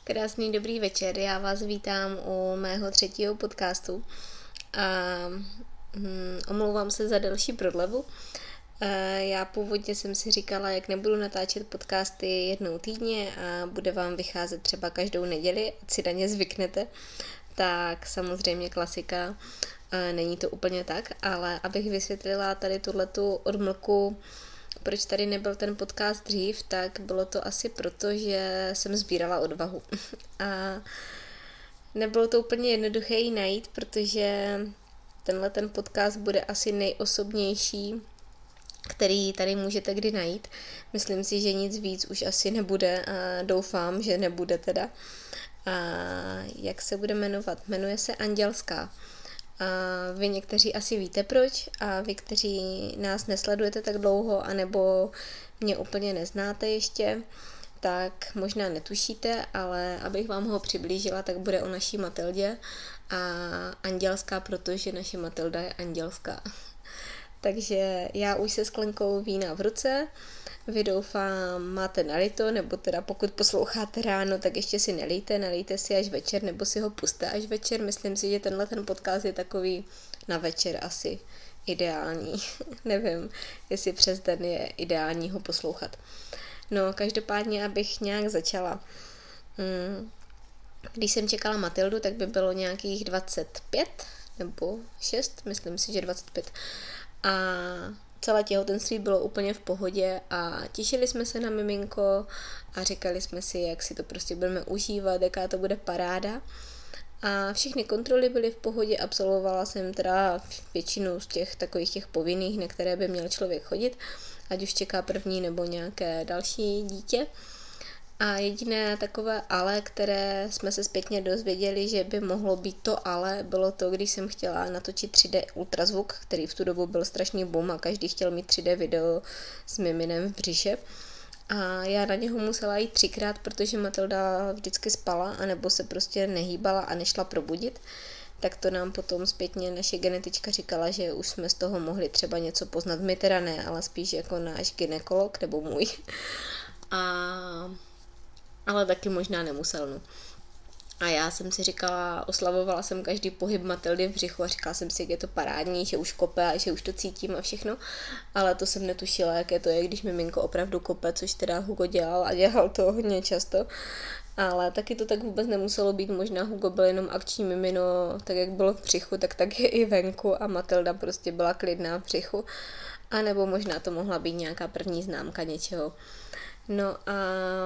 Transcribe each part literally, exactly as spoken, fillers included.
Krásný dobrý večer, já vás vítám u mého třetího podcastu a hm, omlouvám se za delší prodlevu. Já původně jsem si říkala, jak nebudu natáčet podcasty jednou týdně a bude vám vycházet třeba každou neděli, ať si na ně zvyknete, tak samozřejmě klasika, není to úplně tak, ale abych vysvětlila tady tuhletu odmlku, proč tady nebyl ten podcast dřív, tak bylo to asi proto, že jsem sbírala odvahu. A nebylo to úplně jednoduché ji najít, protože tenhle ten podcast bude asi nejosobnější, který tady můžete kdy najít. Myslím si, že nic víc už asi nebude a doufám, že nebude teda. A jak se bude jmenovat? Jmenuje se Andělská. A vy někteří asi víte proč a vy, kteří nás nesledujete tak dlouho anebo mě úplně neznáte ještě, tak možná netušíte, ale abych vám ho přiblížila, tak bude o naší Matildě a Andělská, protože naše Matilda je andělská. Takže já už se sklenkou vína v ruce, vy doufám máte nalito, nebo teda pokud posloucháte ráno, tak ještě si nelejte, nalejte si až večer, nebo si ho puste až večer. Myslím si, že tenhle ten podcast je takový na večer asi ideální. Nevím, jestli přes den je ideální ho poslouchat. No, každopádně, abych nějak začala. Když jsem čekala Matildu, tak by bylo nějakých dvacet pět nebo šest, myslím si, že dvacet pět. A celé těhotenství bylo úplně v pohodě a těšili jsme se na miminko a říkali jsme si, jak si to prostě budeme užívat, jaká to bude paráda. A všechny kontroly byly v pohodě, absolvovala jsem teda většinu z těch takových těch povinných, na které by měl člověk chodit, ať už čeká první nebo nějaké další dítě. A jediné takové ale, které jsme se zpětně dozvěděli, že by mohlo být to ale, bylo to, když jsem chtěla natočit tři dé ultrazvuk, který v tu dobu byl strašný boom a každý chtěl mít tři dé video s miminem v břiše. A já na něho musela jít třikrát, protože Matilda vždycky spala, anebo se prostě nehýbala a nešla probudit. Tak to nám potom zpětně naše genetička říkala, že už jsme z toho mohli třeba něco poznat. My teda ne, ale spíš jako náš gynekolog nebo můj. A... ale taky možná nemusel, no. A já jsem si říkala, oslavovala jsem každý pohyb Matildy v břichu a říkala jsem si, jak je to parádní, že už kope a že už to cítím a všechno, ale to jsem netušila, jaké to je, když miminko opravdu kope, což teda Hugo dělal a dělal to hodně často, ale taky to tak vůbec nemuselo být, možná Hugo byl jenom akční mimino, tak jak bylo v břichu, tak tak je i venku a Matilda prostě byla klidná v břichu, a nebo možná to mohla být nějaká první známka něčeho. No a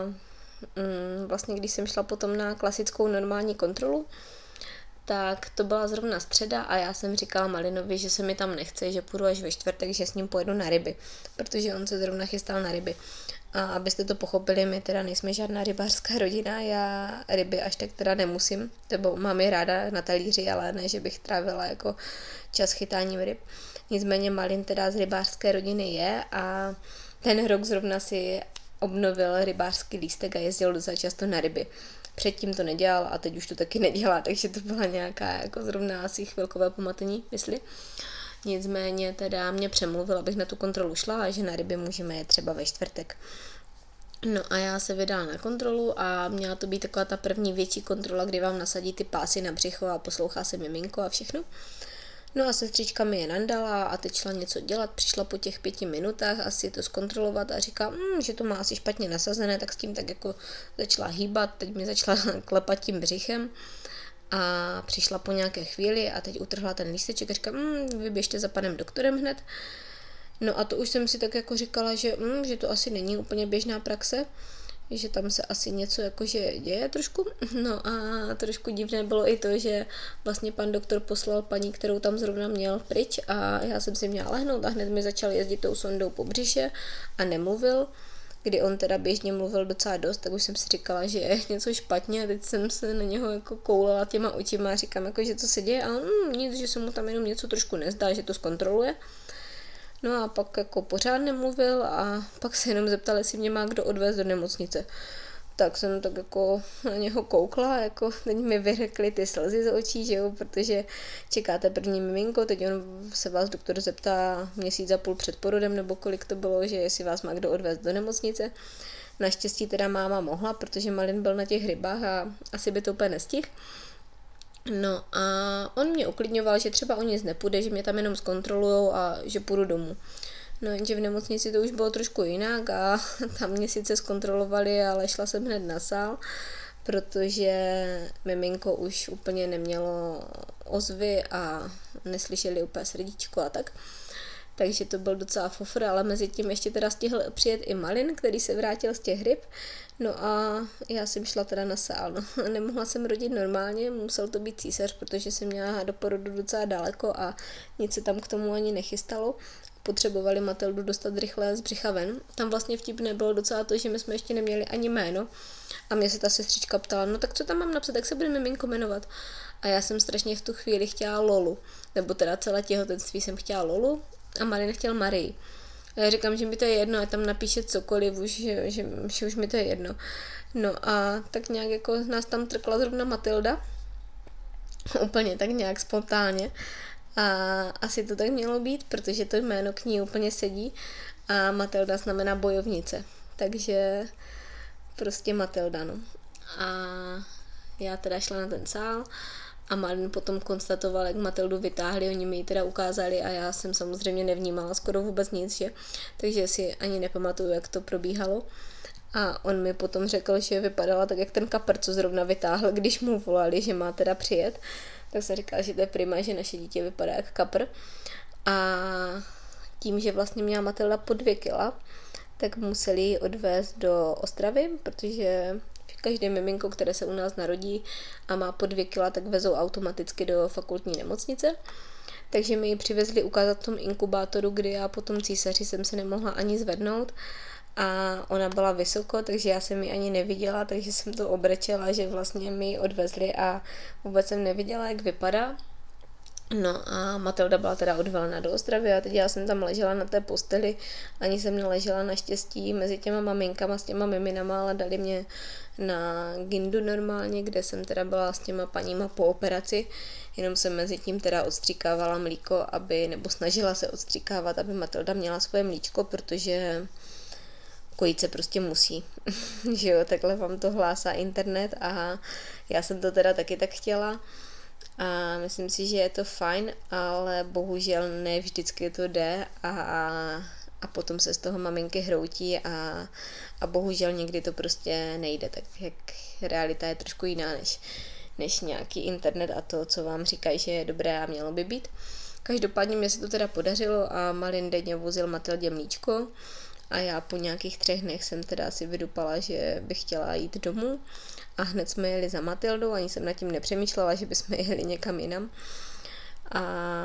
vlastně když jsem šla potom na klasickou normální kontrolu, tak to byla zrovna středa a já jsem říkala Malinovi, že se mi tam nechce, že půjdu až ve čtvrtek, že s ním pojedu na ryby, protože on se zrovna chystal na ryby. A abyste to pochopili, my teda nejsme žádná rybářská rodina, já ryby až tak teda nemusím, nebo mám je ráda na talíři, ale ne, že bych trávila jako čas chytáním ryb. Nicméně Malin teda z rybářské rodiny je a ten rok zrovna si obnovil rybářský lístek a jezdil docela často na ryby. Předtím to nedělal a teď už to taky nedělá, takže to byla nějaká jako zrovna asi chvilkové pomatení mysli. Nicméně teda mě přemluvil, abych na tu kontrolu šla a že na ryby můžeme jet třeba ve čtvrtek. No a já se vydala na kontrolu a měla to být taková ta první větší kontrola, kdy vám nasadí ty pásy na břicho a poslouchá se miminko a všechno. No a sestřička mi je nandala a teď šla něco dělat, přišla po těch pěti minutách asi to zkontrolovat a říká, mm, že to má asi špatně nasazené, tak s tím tak jako začala hýbat, teď mi začala klepat tím břichem a přišla po nějaké chvíli a teď utrhla ten lísteček a říká, mm, vy běžte za panem doktorem hned. No a to už jsem si tak jako říkala, že, mm, že to asi není úplně běžná praxe, že tam se asi něco jakože děje trošku. No a trošku divné bylo i to, že vlastně pan doktor poslal paní, kterou tam zrovna měl pryč a já jsem si měla lehnout a hned mi začal jezdit tou sondou po břiše a nemluvil. Kdy on teda běžně mluvil docela dost, tak už jsem si říkala, že je něco špatně a teď jsem se na něho jako koulala těma očima a říkám jako, že co se děje a on mm, nic, že se mu tam jenom něco trošku nezdá, že to zkontroluje. No a pak jako pořád nemluvil a pak se jenom zeptal, jestli mě má kdo odvést do nemocnice. Tak jsem tak jako na něho koukla, jako teď mi vyřekly ty slzy z očí, že jo, protože čekáte první miminko, teď on se vás doktor zeptá měsíc a půl před porodem, nebo kolik to bylo, že jestli vás má kdo odvést do nemocnice. Naštěstí teda máma mohla, protože Malin byl na těch rybách a asi by to úplně nestihl. No a on mě uklidňoval, že třeba o nic nepůjde, že mě tam jenom zkontrolujou a že půjdu domů. No jenže v nemocnici to už bylo trošku jinak a tam mě sice zkontrolovali, ale šla jsem hned na sál, protože miminko už úplně nemělo ozvy a neslyšeli úplně srdíčko a tak. Takže to byl docela fofr, ale mezi tím ještě teda stihl přijet i Malin, který se vrátil z těch ryb. No a já jsem šla teda na sál. No. Nemohla jsem rodit normálně, musel to být císař, protože jsem měla do porodu docela daleko a nic se tam k tomu ani nechystalo. Potřebovali Matildu dostat rychle z břicha ven. Tam vlastně vtipné bylo docela to, že my jsme ještě neměli ani jméno. A mě se ta sestřička ptala, no tak co tam mám napsat, jak se bude miminko jmenovat? A já jsem strašně v tu chvíli chtěla Lolu. Nebo teda celé těhotenství jsem chtěla Lolu a Malin chtěl Marii. A já říkám, že mi to je jedno, a tam napíše cokoliv, už, že, že, že už mi to je jedno. No a tak nějak jako nás tam trkla zrovna Matilda. Úplně tak nějak spontánně. A asi to tak mělo být, protože to jméno k ní úplně sedí a Matilda znamená bojovnice. Takže prostě Matilda, no. A já teda šla na ten sál a Malin potom konstatoval, jak Matildu vytáhli, oni mi ji teda ukázali a já jsem samozřejmě nevnímala skoro vůbec nic, že? Takže si ani nepamatuju, jak to probíhalo. A on mi potom řekl, že vypadala tak, jak ten kapr, co zrovna vytáhl, když mu volali, že má teda přijet. Tak jsem říkala, že to je prima, že naše dítě vypadá jak kapr. A tím, že vlastně měla Matilda po dvě kila, tak museli ji odvést do Ostravy, protože každé miminko, které se u nás narodí a má po dvě kila, tak vezou automaticky do fakultní nemocnice. Takže mi ji přivezli ukázat v tom inkubátoru, kdy já po tom císaři jsem se nemohla ani zvednout. A ona byla vysoko, takže já jsem ji ani neviděla, takže jsem to obrečela, že vlastně mi ji odvezli a vůbec jsem neviděla, jak vypadá. No a Matilda byla teda odvelena do Ostravy a teď já jsem tam ležela na té posteli, ani jsem neležela naštěstí mezi těma maminkama s těma miminama, ale dali mě na gindu normálně, kde jsem teda byla s těma paníma po operaci, jenom jsem mezi tím teda odstříkávala mlíko, aby, nebo snažila se odstříkávat, aby Matilda měla svoje mlíčko, protože kojit se prostě musí, že jo, takhle vám to hlásá internet a já jsem to teda taky tak chtěla a myslím si, že je to fajn, ale bohužel ne vždycky to jde a, a potom se z toho maminky hroutí a, a bohužel někdy to prostě nejde, tak jak realita je trošku jiná než, než nějaký internet a to, co vám říkají, že je dobré a mělo by být. Každopádně mě se to teda podařilo a Malin denně vozil Matildě mlíčko. A já po nějakých třech dnech jsem teda si vydupala, že bych chtěla jít domů a hned jsme jeli za Matildou, ani jsem nad tím nepřemýšlela, že bychom jeli někam jinam. A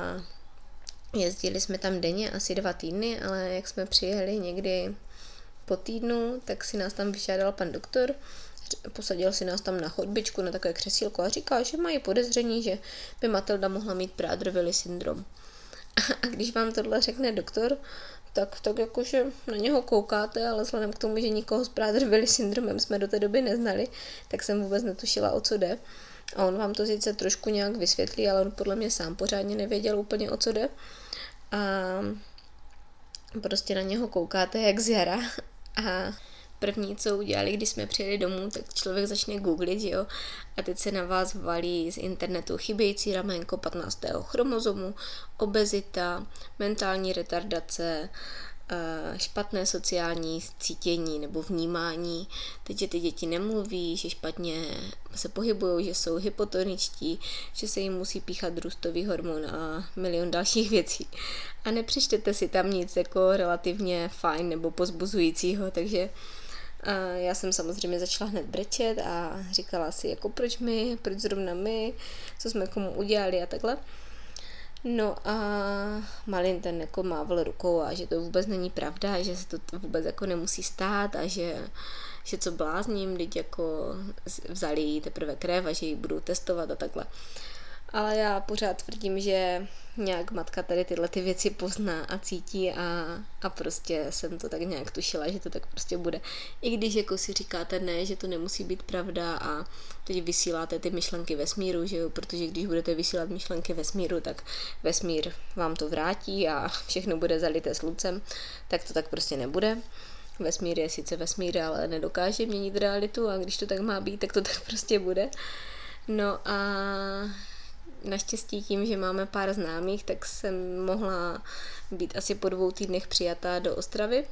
jezdili jsme tam denně asi dva týdny, ale jak jsme přijeli někdy po týdnu, tak si nás tam vyžádal pan doktor, posadil si nás tam na chodbičku, na takové křesílko a říká, že mají podezření, že by Matilda mohla mít Prader-Willi syndrom. A když vám tohle řekne doktor, tak, tak jakože na něho koukáte, ale vzhledem k tomu, že nikoho s Prader-Willi syndromem jsme do té doby neznali, tak jsem vůbec netušila, o co jde. A on vám to sice trošku nějak vysvětlí, ale on podle mě sám pořádně nevěděl úplně, o co jde. A prostě na něho koukáte jak z jara. A první, co udělali, když jsme přijeli domů, tak člověk začne googlit, jo, a teď se na vás valí z internetu chybějící raménko patnáctého chromozomu, obezita, mentální retardace, špatné sociální cítění nebo vnímání, teď, že ty děti nemluví, že špatně se pohybují, že jsou hypotoničtí, že se jim musí píchat růstový hormon a milion dalších věcí. A nepřečtete si tam nic jako relativně fajn nebo pozbuzujícího, takže a já jsem samozřejmě začala hned brečet a říkala si, jako proč my, proč zrovna my, co jsme komu udělali a takhle. No a Malin ten jako mával rukou a že to vůbec není pravda, že se to vůbec jako nemusí stát a že, že co blázním, teď jako vzali jí teprve krev a že ji budou testovat a takhle. Ale já pořád tvrdím, že nějak matka tady tyhle ty věci pozná a cítí a, a prostě jsem to tak nějak tušila, že to tak prostě bude. I když jako si říkáte ne, že to nemusí být pravda a teď vysíláte ty myšlenky vesmíru, že jo, protože když budete vysílat myšlenky vesmíru, tak vesmír vám to vrátí a všechno bude zalité sluncem, tak to tak prostě nebude. vesmír je sice vesmír, ale nedokáže měnit realitu a když to tak má být, tak to tak prostě bude. No a naštěstí tím, že máme pár známých, tak jsem mohla být asi po dvou týdnech přijatá do Ostravy.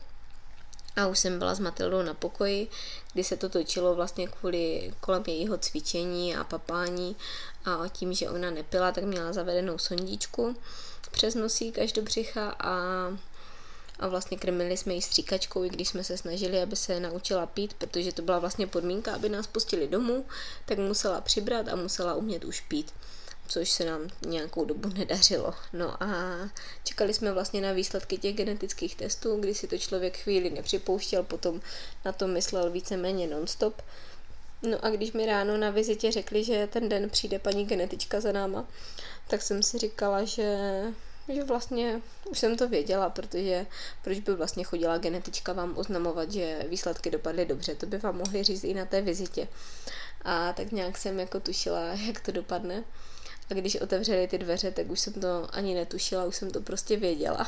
A už jsem byla s Matildou na pokoji, kdy se to točilo vlastně kvůli kolem jejího cvičení a papání a tím, že ona nepila, tak měla zavedenou sondičku přes nosík až do břicha a, a vlastně krmili jsme ji stříkačkou, i když jsme se snažili, aby se naučila pít, protože to byla vlastně podmínka, aby nás pustili domů, tak musela přibrat a musela umět už pít, což se nám nějakou dobu nedařilo. No a čekali jsme vlastně na výsledky těch genetických testů, kdy si to člověk chvíli nepřipouštěl, potom na to myslel víceméně non-stop. No a když mi ráno na vizitě řekli, že ten den přijde paní genetička za náma, tak jsem si říkala, že, že vlastně už jsem to věděla, protože proč by vlastně chodila genetička vám oznamovat, že výsledky dopadly dobře, to by vám mohli říct i na té vizitě. A tak nějak jsem jako tušila, jak to dopadne. A když otevřeli ty dveře, tak už jsem to ani netušila, už jsem to prostě věděla.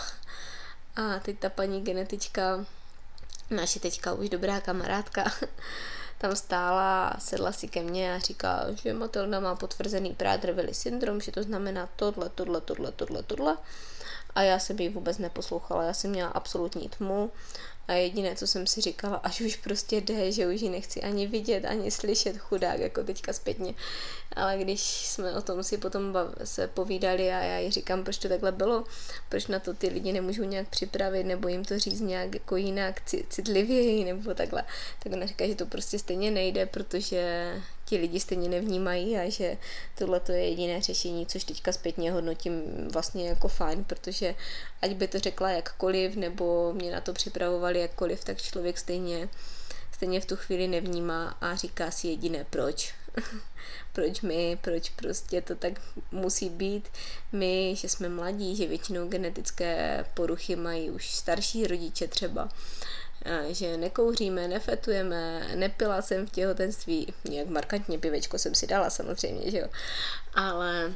A teď ta paní genetička, naše teďka už dobrá kamarádka, tam stála, sedla si ke mně a říká, že Matilda má potvrzený Prader-Willi syndrom, že to znamená tohle, tohle, tohle, tohle, tohle. A já jsem ji vůbec neposlouchala, já jsem měla absolutní tmu a jediné, co jsem si říkala, až už prostě jde, že už ji nechci ani vidět, ani slyšet, chudák, jako teďka zpětně. Ale když jsme o tom si potom se povídali a já jí říkám, proč to takhle bylo, proč na to ty lidi nemůžou nějak připravit, nebo jim to říct nějak jako jinak, citlivěji, nebo takhle, tak ona říká, že to prostě stejně nejde, protože ti lidi stejně nevnímají a že tohle to je jediné řešení, což teďka zpětně hodnotím vlastně jako fajn, protože ať by to řekla jakkoliv, nebo mě na to připravovali jakkoliv, tak člověk stejně, stejně v tu chvíli nevnímá a říká si jediné proč. Proč my, proč prostě to tak musí být my, že jsme mladí, že většinou genetické poruchy mají už starší rodiče třeba, že nekouříme, nefetujeme, nepila jsem v těhotenství, nějak markantně pivečko jsem si dala samozřejmě, že jo, ale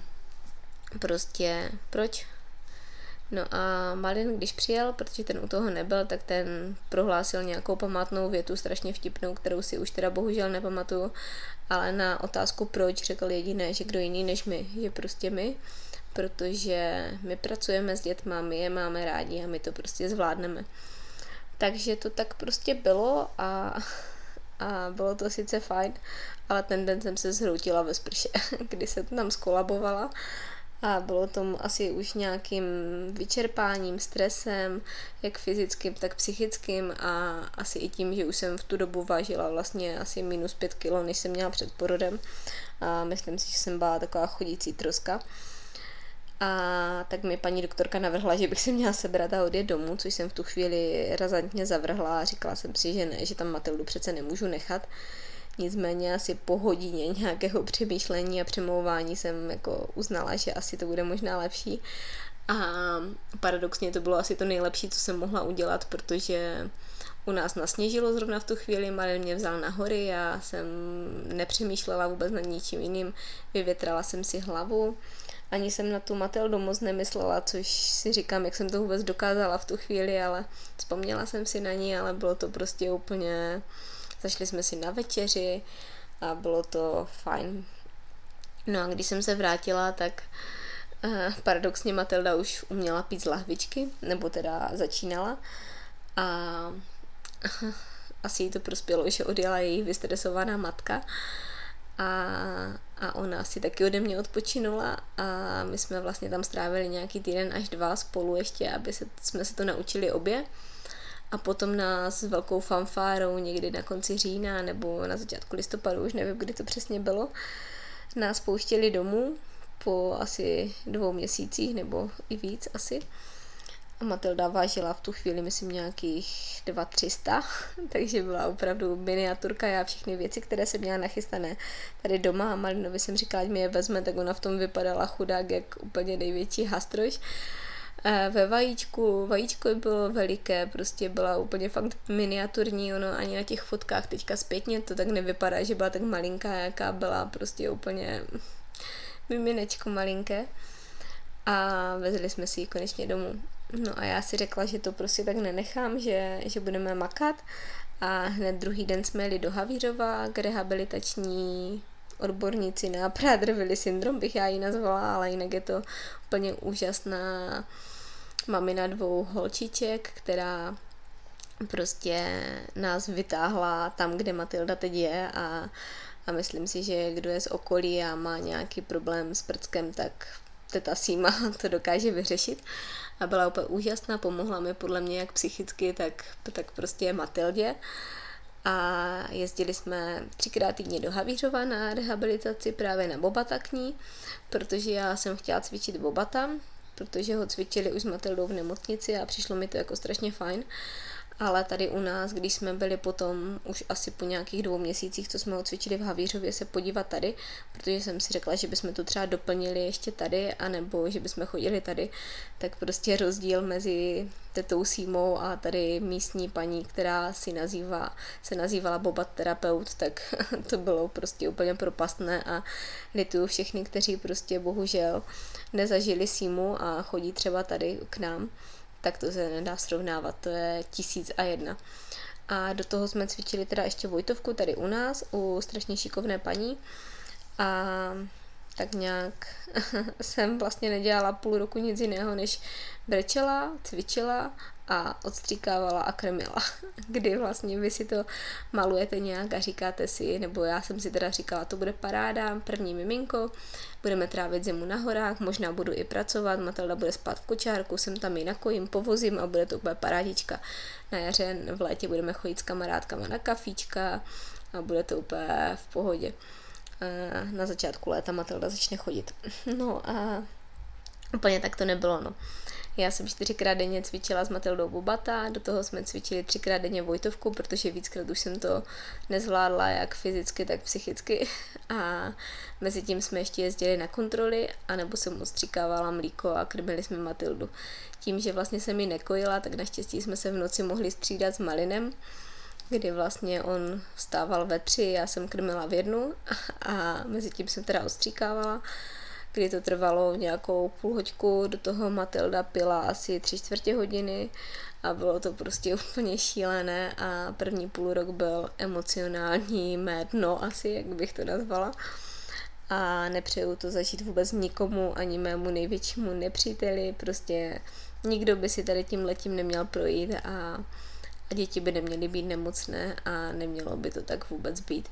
prostě proč? No a Malin, když přijel, protože ten u toho nebyl, tak ten prohlásil nějakou památnou větu, strašně vtipnou, kterou si už teda bohužel nepamatuju, ale na otázku proč řekl jediné, že kdo jiný než my, že prostě my, protože my pracujeme s dětma, my je máme rádi a my to prostě zvládneme. Takže to tak prostě bylo a, a bylo to sice fajn, ale ten den jsem se zhroutila ve sprše, kdy se tam skolabovala a bylo to asi už nějakým vyčerpáním, stresem, jak fyzickým, tak psychickým a asi i tím, že už jsem v tu dobu vážila vlastně asi minus pět kilo, než jsem měla před porodem a myslím si, že jsem byla taková chodící troska. A tak mi paní doktorka navrhla, že bych se měla sebrat a odjet domů, což jsem v tu chvíli razantně zavrhla a říkala jsem si, že ne, že tam Matildu přece nemůžu nechat. Nicméně asi po hodině nějakého přemýšlení a přemlouvání jsem jako uznala, že asi to bude možná lepší. A paradoxně to bylo asi to nejlepší, co jsem mohla udělat, protože u nás nasněžilo zrovna v tu chvíli, Malin mě vzal na hory, já jsem nepřemýšlela vůbec nad ničím jiným, vyvětrala jsem si hlavu. Ani jsem na tu Matildu moc nemyslela, což si říkám, jak jsem to vůbec dokázala v tu chvíli, ale vzpomněla jsem si na ní, ale bylo to prostě úplně, zašli jsme si na večeři a bylo to fajn. No a když jsem se vrátila, tak eh, paradoxně Matilda už uměla pít z lahvičky, nebo teda začínala a asi jí to prospělo, že odjela její vystresovaná matka. A, a ona si taky ode mě odpočinula a my jsme vlastně tam strávili nějaký týden až dva spolu ještě, aby se, jsme se to naučili obě a potom nás s velkou fanfárou někdy na konci října nebo na začátku listopadu, už nevím, kdy to přesně bylo, nás pouštěli domů po asi dvou měsících nebo i víc asi. A Matilda vážila v tu chvíli, myslím, nějakých dva tři sta, takže byla opravdu miniaturka. Já všechny věci, které jsem měla nachystané tady doma a Malinovi jsem říkala, ať mi je vezme, tak ona v tom vypadala chudák jak úplně největší hastroš. Ve vajíčku, vajíčko bylo veliké, prostě byla úplně fakt miniaturní, ono ani na těch fotkách teďka zpětně to tak nevypadá, že byla tak malinká, jaká byla, prostě úplně miminečko malinké. A vezli jsme si ji konečně domů. No a já si řekla, že to prostě tak nenechám, že, že budeme makat a hned druhý den jsme jeli do Havířova k rehabilitační odborníci na Prader-Willi syndrom, bych já ji nazvala, ale jinak je to úplně úžasná mamina dvou holčiček, která prostě nás vytáhla tam, kde Matilda teď je a, a myslím si, že kdo je z okolí a má nějaký problém s prckem, tak teta Sima to dokáže vyřešit a byla úplně úžasná, pomohla mi podle mě jak psychicky, tak, tak prostě Matildě a jezdili jsme třikrát týdně do Havířova na rehabilitaci právě na bobata k ní, protože já jsem chtěla cvičit bobata, protože ho cvičili už s Matildou v nemocnici a přišlo mi to jako strašně fajn. Ale tady u nás, když jsme byli potom už asi po nějakých dvou měsících, co jsme ho cvičili v Havířově, se podívat tady, protože jsem si řekla, že bychom to třeba doplnili ještě tady, anebo že bychom chodili tady, tak prostě rozdíl mezi tetou Símou a tady místní paní, která si nazývá, se nazývala bobat terapeut, tak to bylo prostě úplně propastné a lituju všechny, kteří prostě bohužel nezažili Símu a chodí třeba tady k nám, tak to se nedá srovnávat, to je tisíc a jedna. A do toho jsme cvičili teda ještě Vojtovku tady u nás, u strašně šikovné paní a tak nějak jsem vlastně nedělala půl roku nic jiného, než brečela, cvičila a odstříkávala a krmila. Kdy vlastně vy si to malujete nějak a říkáte si, nebo já jsem si teda říkala, to bude paráda, první miminko, budeme trávit zimu na horách, možná budu i pracovat, Matilda bude spát v kočárku, jsem tam ji nakojím, povozím a bude to úplně parádička. Na jaře v létě budeme chodit s kamarádkama na kafíčka a bude to úplně v pohodě. Na začátku léta Matilda začne chodit. No a úplně tak to nebylo, no. Já jsem čtyřikrát denně cvičila s Matildou bobata, do toho jsme cvičili třikrát denně Vojtovku, protože víckrát už jsem to nezvládla jak fyzicky, tak psychicky a mezi tím jsme ještě jezdili na kontroly, anebo jsem odstříkávala mlíko a krmili jsme Matildu. Tím, že vlastně jsem ji nekojila, tak naštěstí jsme se v noci mohli střídat s Malinem, kdy vlastně on vstával ve tři, já jsem krmila v jednu a mezi tím jsem teda odstříkávala, kdy to trvalo nějakou půl hoďku, do toho Matilda pila asi tři čtvrtě hodiny a bylo to prostě úplně šílené a první půl rok byl emocionální mé dno asi, jak bych to nazvala. A nepřeju to zažít vůbec nikomu, ani mému největšímu nepříteli, prostě nikdo by si tady tím letím neměl projít a a děti by neměly být nemocné a nemělo by to tak vůbec být.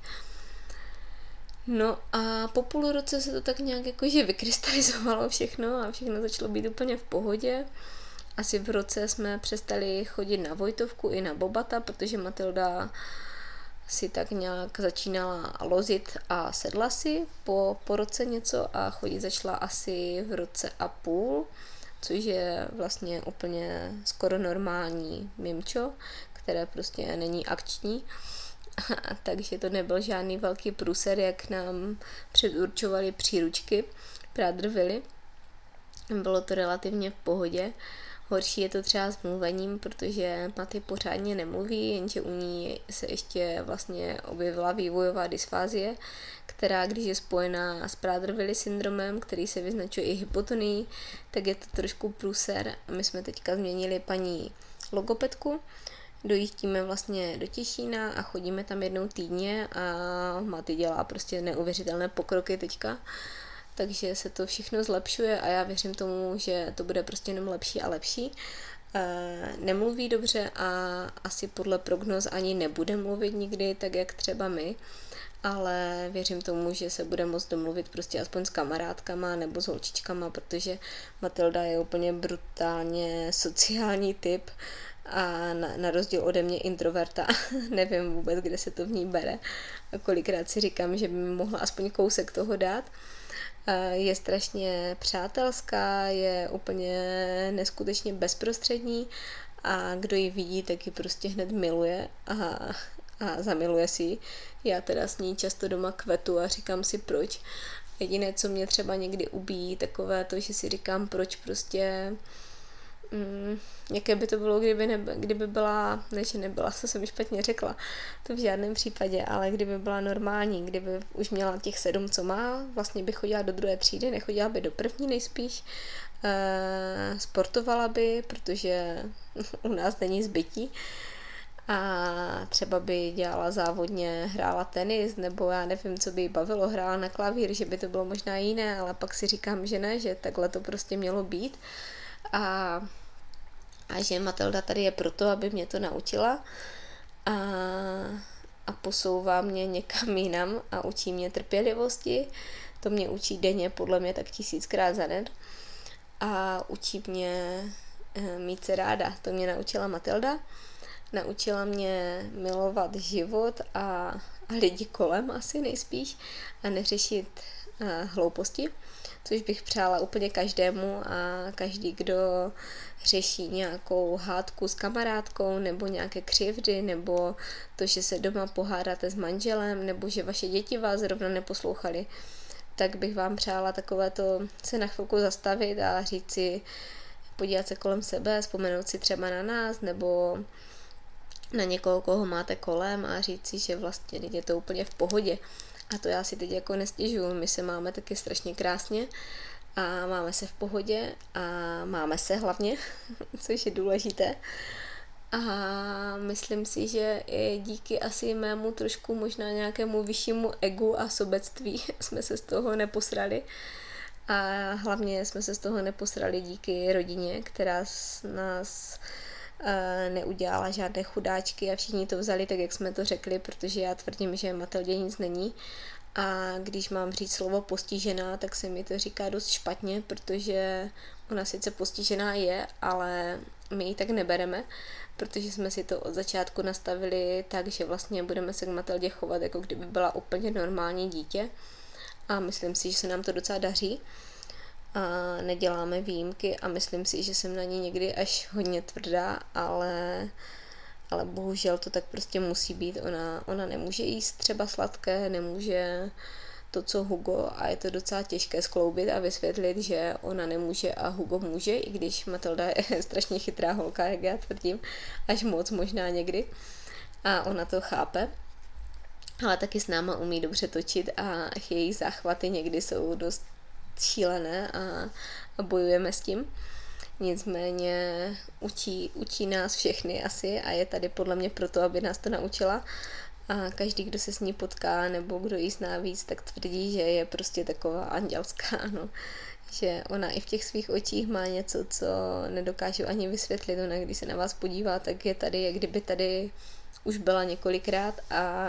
No a po půl roce se to tak nějak jakože vykrystalizovalo všechno a všechno začalo být úplně v pohodě. Asi v roce jsme přestali chodit na Vojtovku i na bobata, protože Matilda si tak nějak začínala lozit a sedla si po, po roce něco a chodit začala asi v roce a půl, což je vlastně úplně skoro normální mimčo, které prostě není akční. Takže to nebyl žádný velký průser, jak nám předurčovali příručky Prader-Willi. Bylo to relativně v pohodě. Horší je to třeba s mluvením, protože Maty pořádně nemluví, jenže u ní se ještě vlastně objevila vývojová dysfázie, která když je spojená s Prader-Willi syndromem, který se vyznačuje i hypotonií, tak je to trošku průser. My jsme teďka změnili paní logopedku, dojíždíme vlastně do Těšína a chodíme tam jednou týdně a Maty dělá prostě neuvěřitelné pokroky teďka. Takže se to všechno zlepšuje a já věřím tomu, že to bude prostě jenom lepší a lepší. E, nemluví dobře a asi podle prognóz ani nebude mluvit nikdy, tak jak třeba my, ale věřím tomu, že se bude moct domluvit prostě aspoň s kamarádkama nebo s holčičkama, protože Matilda je úplně brutálně sociální typ a na, na rozdíl ode mě introverta, nevím vůbec, kde se to v ní bere a kolikrát si říkám, že by mi mohla aspoň kousek toho dát. Je strašně přátelská, je úplně neskutečně bezprostřední a kdo ji vidí, tak ji prostě hned miluje a, a zamiluje si ji. Já teda s ní často doma kvetu a říkám si proč. Jediné, co mě třeba někdy ubíjí, takové to, že si říkám proč prostě mm, jaké by to bylo, kdyby, nebe, kdyby byla, ne, že nebyla, co jsem špatně řekla, to v žádném případě, ale kdyby byla normální, kdyby už měla těch sedm, co má, vlastně by chodila do druhé třídy, nechodila by do první nejspíš, e, sportovala by, protože u nás není zbytí, a třeba by dělala závodně, hrála tenis, nebo já nevím, co by jí bavilo, hrála na klavír, že by to bylo možná jiné, ale pak si říkám, že ne, že takhle to prostě mělo být. A, a že Matilda tady je proto, aby mě to naučila a, a posouvá mě někam jinam a učí mě trpělivosti. To mě učí denně, podle mě tak tisíckrát za den. A učí mě mít se ráda. To mě naučila Matilda. Naučila mě milovat život a, a lidi kolem asi nejspíš a neřešit a, hlouposti, což bych přála úplně každému a každý, kdo řeší nějakou hádku s kamarádkou nebo nějaké křivdy nebo to, že se doma pohádáte s manželem nebo že vaše děti vás zrovna neposlouchali, tak bych vám přála takovéto se na chvilku zastavit a říct si, podívat se kolem sebe, vzpomenout si třeba na nás nebo na někoho, koho máte kolem a říct si, že vlastně je to úplně v pohodě. A to já si teď jako nestěžuju, my se máme taky strašně krásně a máme se v pohodě a máme se hlavně, což je důležité. A myslím si, že i díky asi mému trošku možná nějakému vyššímu egu a sobectví jsme se z toho neposrali. A hlavně jsme se z toho neposrali díky rodině, která nás neudělala žádné chudáčky a všichni to vzali tak, jak jsme to řekli, protože já tvrdím, že Matildě nic není a když mám říct slovo postižená, tak se mi to říká dost špatně, protože ona sice postižená je, ale my ji tak nebereme, protože jsme si to od začátku nastavili tak, že vlastně budeme se k Matildě chovat, jako kdyby byla úplně normální dítě a myslím si, že se nám to docela daří. A neděláme výjimky a myslím si, že jsem na ní někdy až hodně tvrdá, ale, ale bohužel to tak prostě musí být. Ona, ona nemůže jíst třeba sladké, nemůže to, co Hugo, a je to docela těžké skloubit a vysvětlit, že ona nemůže a Hugo může, i když Matilda je strašně chytrá holka, jak já tvrdím, až moc možná někdy. A ona to chápe. Ale taky s náma umí dobře točit a její záchvaty někdy jsou dost šílené a, a bojujeme s tím. Nicméně učí, učí nás všechny asi a je tady podle mě proto, aby nás to naučila. A každý, kdo se s ní potká nebo kdo jí zná víc, tak tvrdí, že je prostě taková andělská, no. Že ona i v těch svých očích má něco, co nedokážu ani vysvětlit. Ona, když se na vás podívá, tak je tady, jak kdyby tady už byla několikrát a,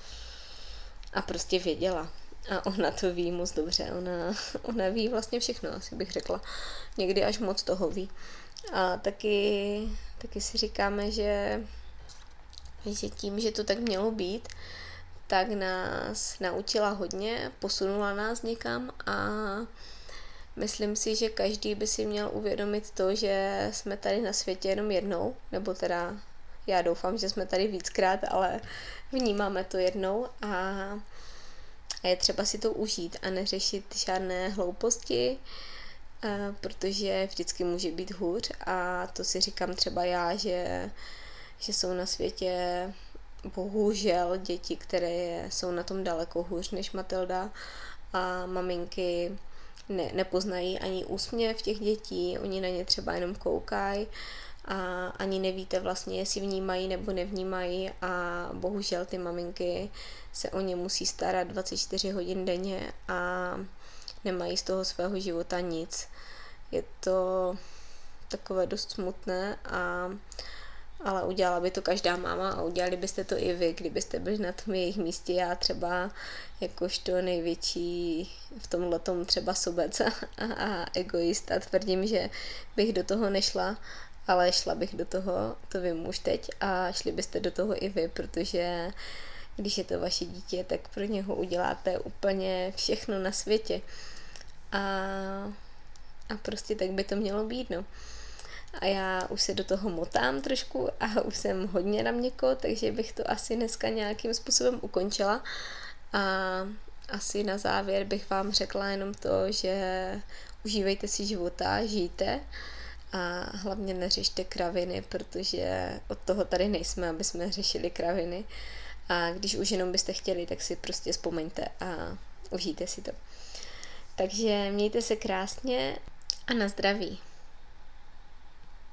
a prostě věděla. A ona to ví moc dobře, ona, ona ví vlastně všechno, asi bych řekla. Někdy až moc toho ví. A taky, taky si říkáme, že, že tím, že to tak mělo být, tak nás naučila hodně, posunula nás někam a myslím si, že každý by si měl uvědomit to, že jsme tady na světě jenom jednou, nebo teda já doufám, že jsme tady víckrát, ale vnímáme to jednou a A je třeba si to užít a neřešit žádné hlouposti, protože vždycky může být hůř a to si říkám třeba já, že, že jsou na světě bohužel děti, které jsou na tom daleko hůř než Matilda a maminky ne, nepoznají ani úsměv těch dětí, oni na ně třeba jenom koukají a ani nevíte vlastně, jestli vnímají nebo nevnímají a bohužel ty maminky se o ně musí starat dvacet čtyři hodin denně a nemají z toho svého života nic. Je to takové dost smutné, a, ale udělala by to každá máma a udělali byste to i vy, kdybyste byli na tom jejich místě. Já třeba jakožto největší v tomhletom třeba sobec a, a egoista tvrdím, že bych do toho nešla, ale šla bych do toho, to vím už teď, a šli byste do toho i vy, protože když je to vaše dítě, tak pro něho uděláte úplně všechno na světě. A, a prostě tak by to mělo být, no. A já už se do toho motám trošku a už jsem hodně na měko, takže bych to asi dneska nějakým způsobem ukončila. A asi na závěr bych vám řekla jenom to, že užívejte si života, žijte a hlavně neřešte kraviny, protože od toho tady nejsme, aby jsme řešili kraviny. A když už jenom byste chtěli, tak si prostě vzpomeňte a užijte si to. Takže mějte se krásně a na zdraví.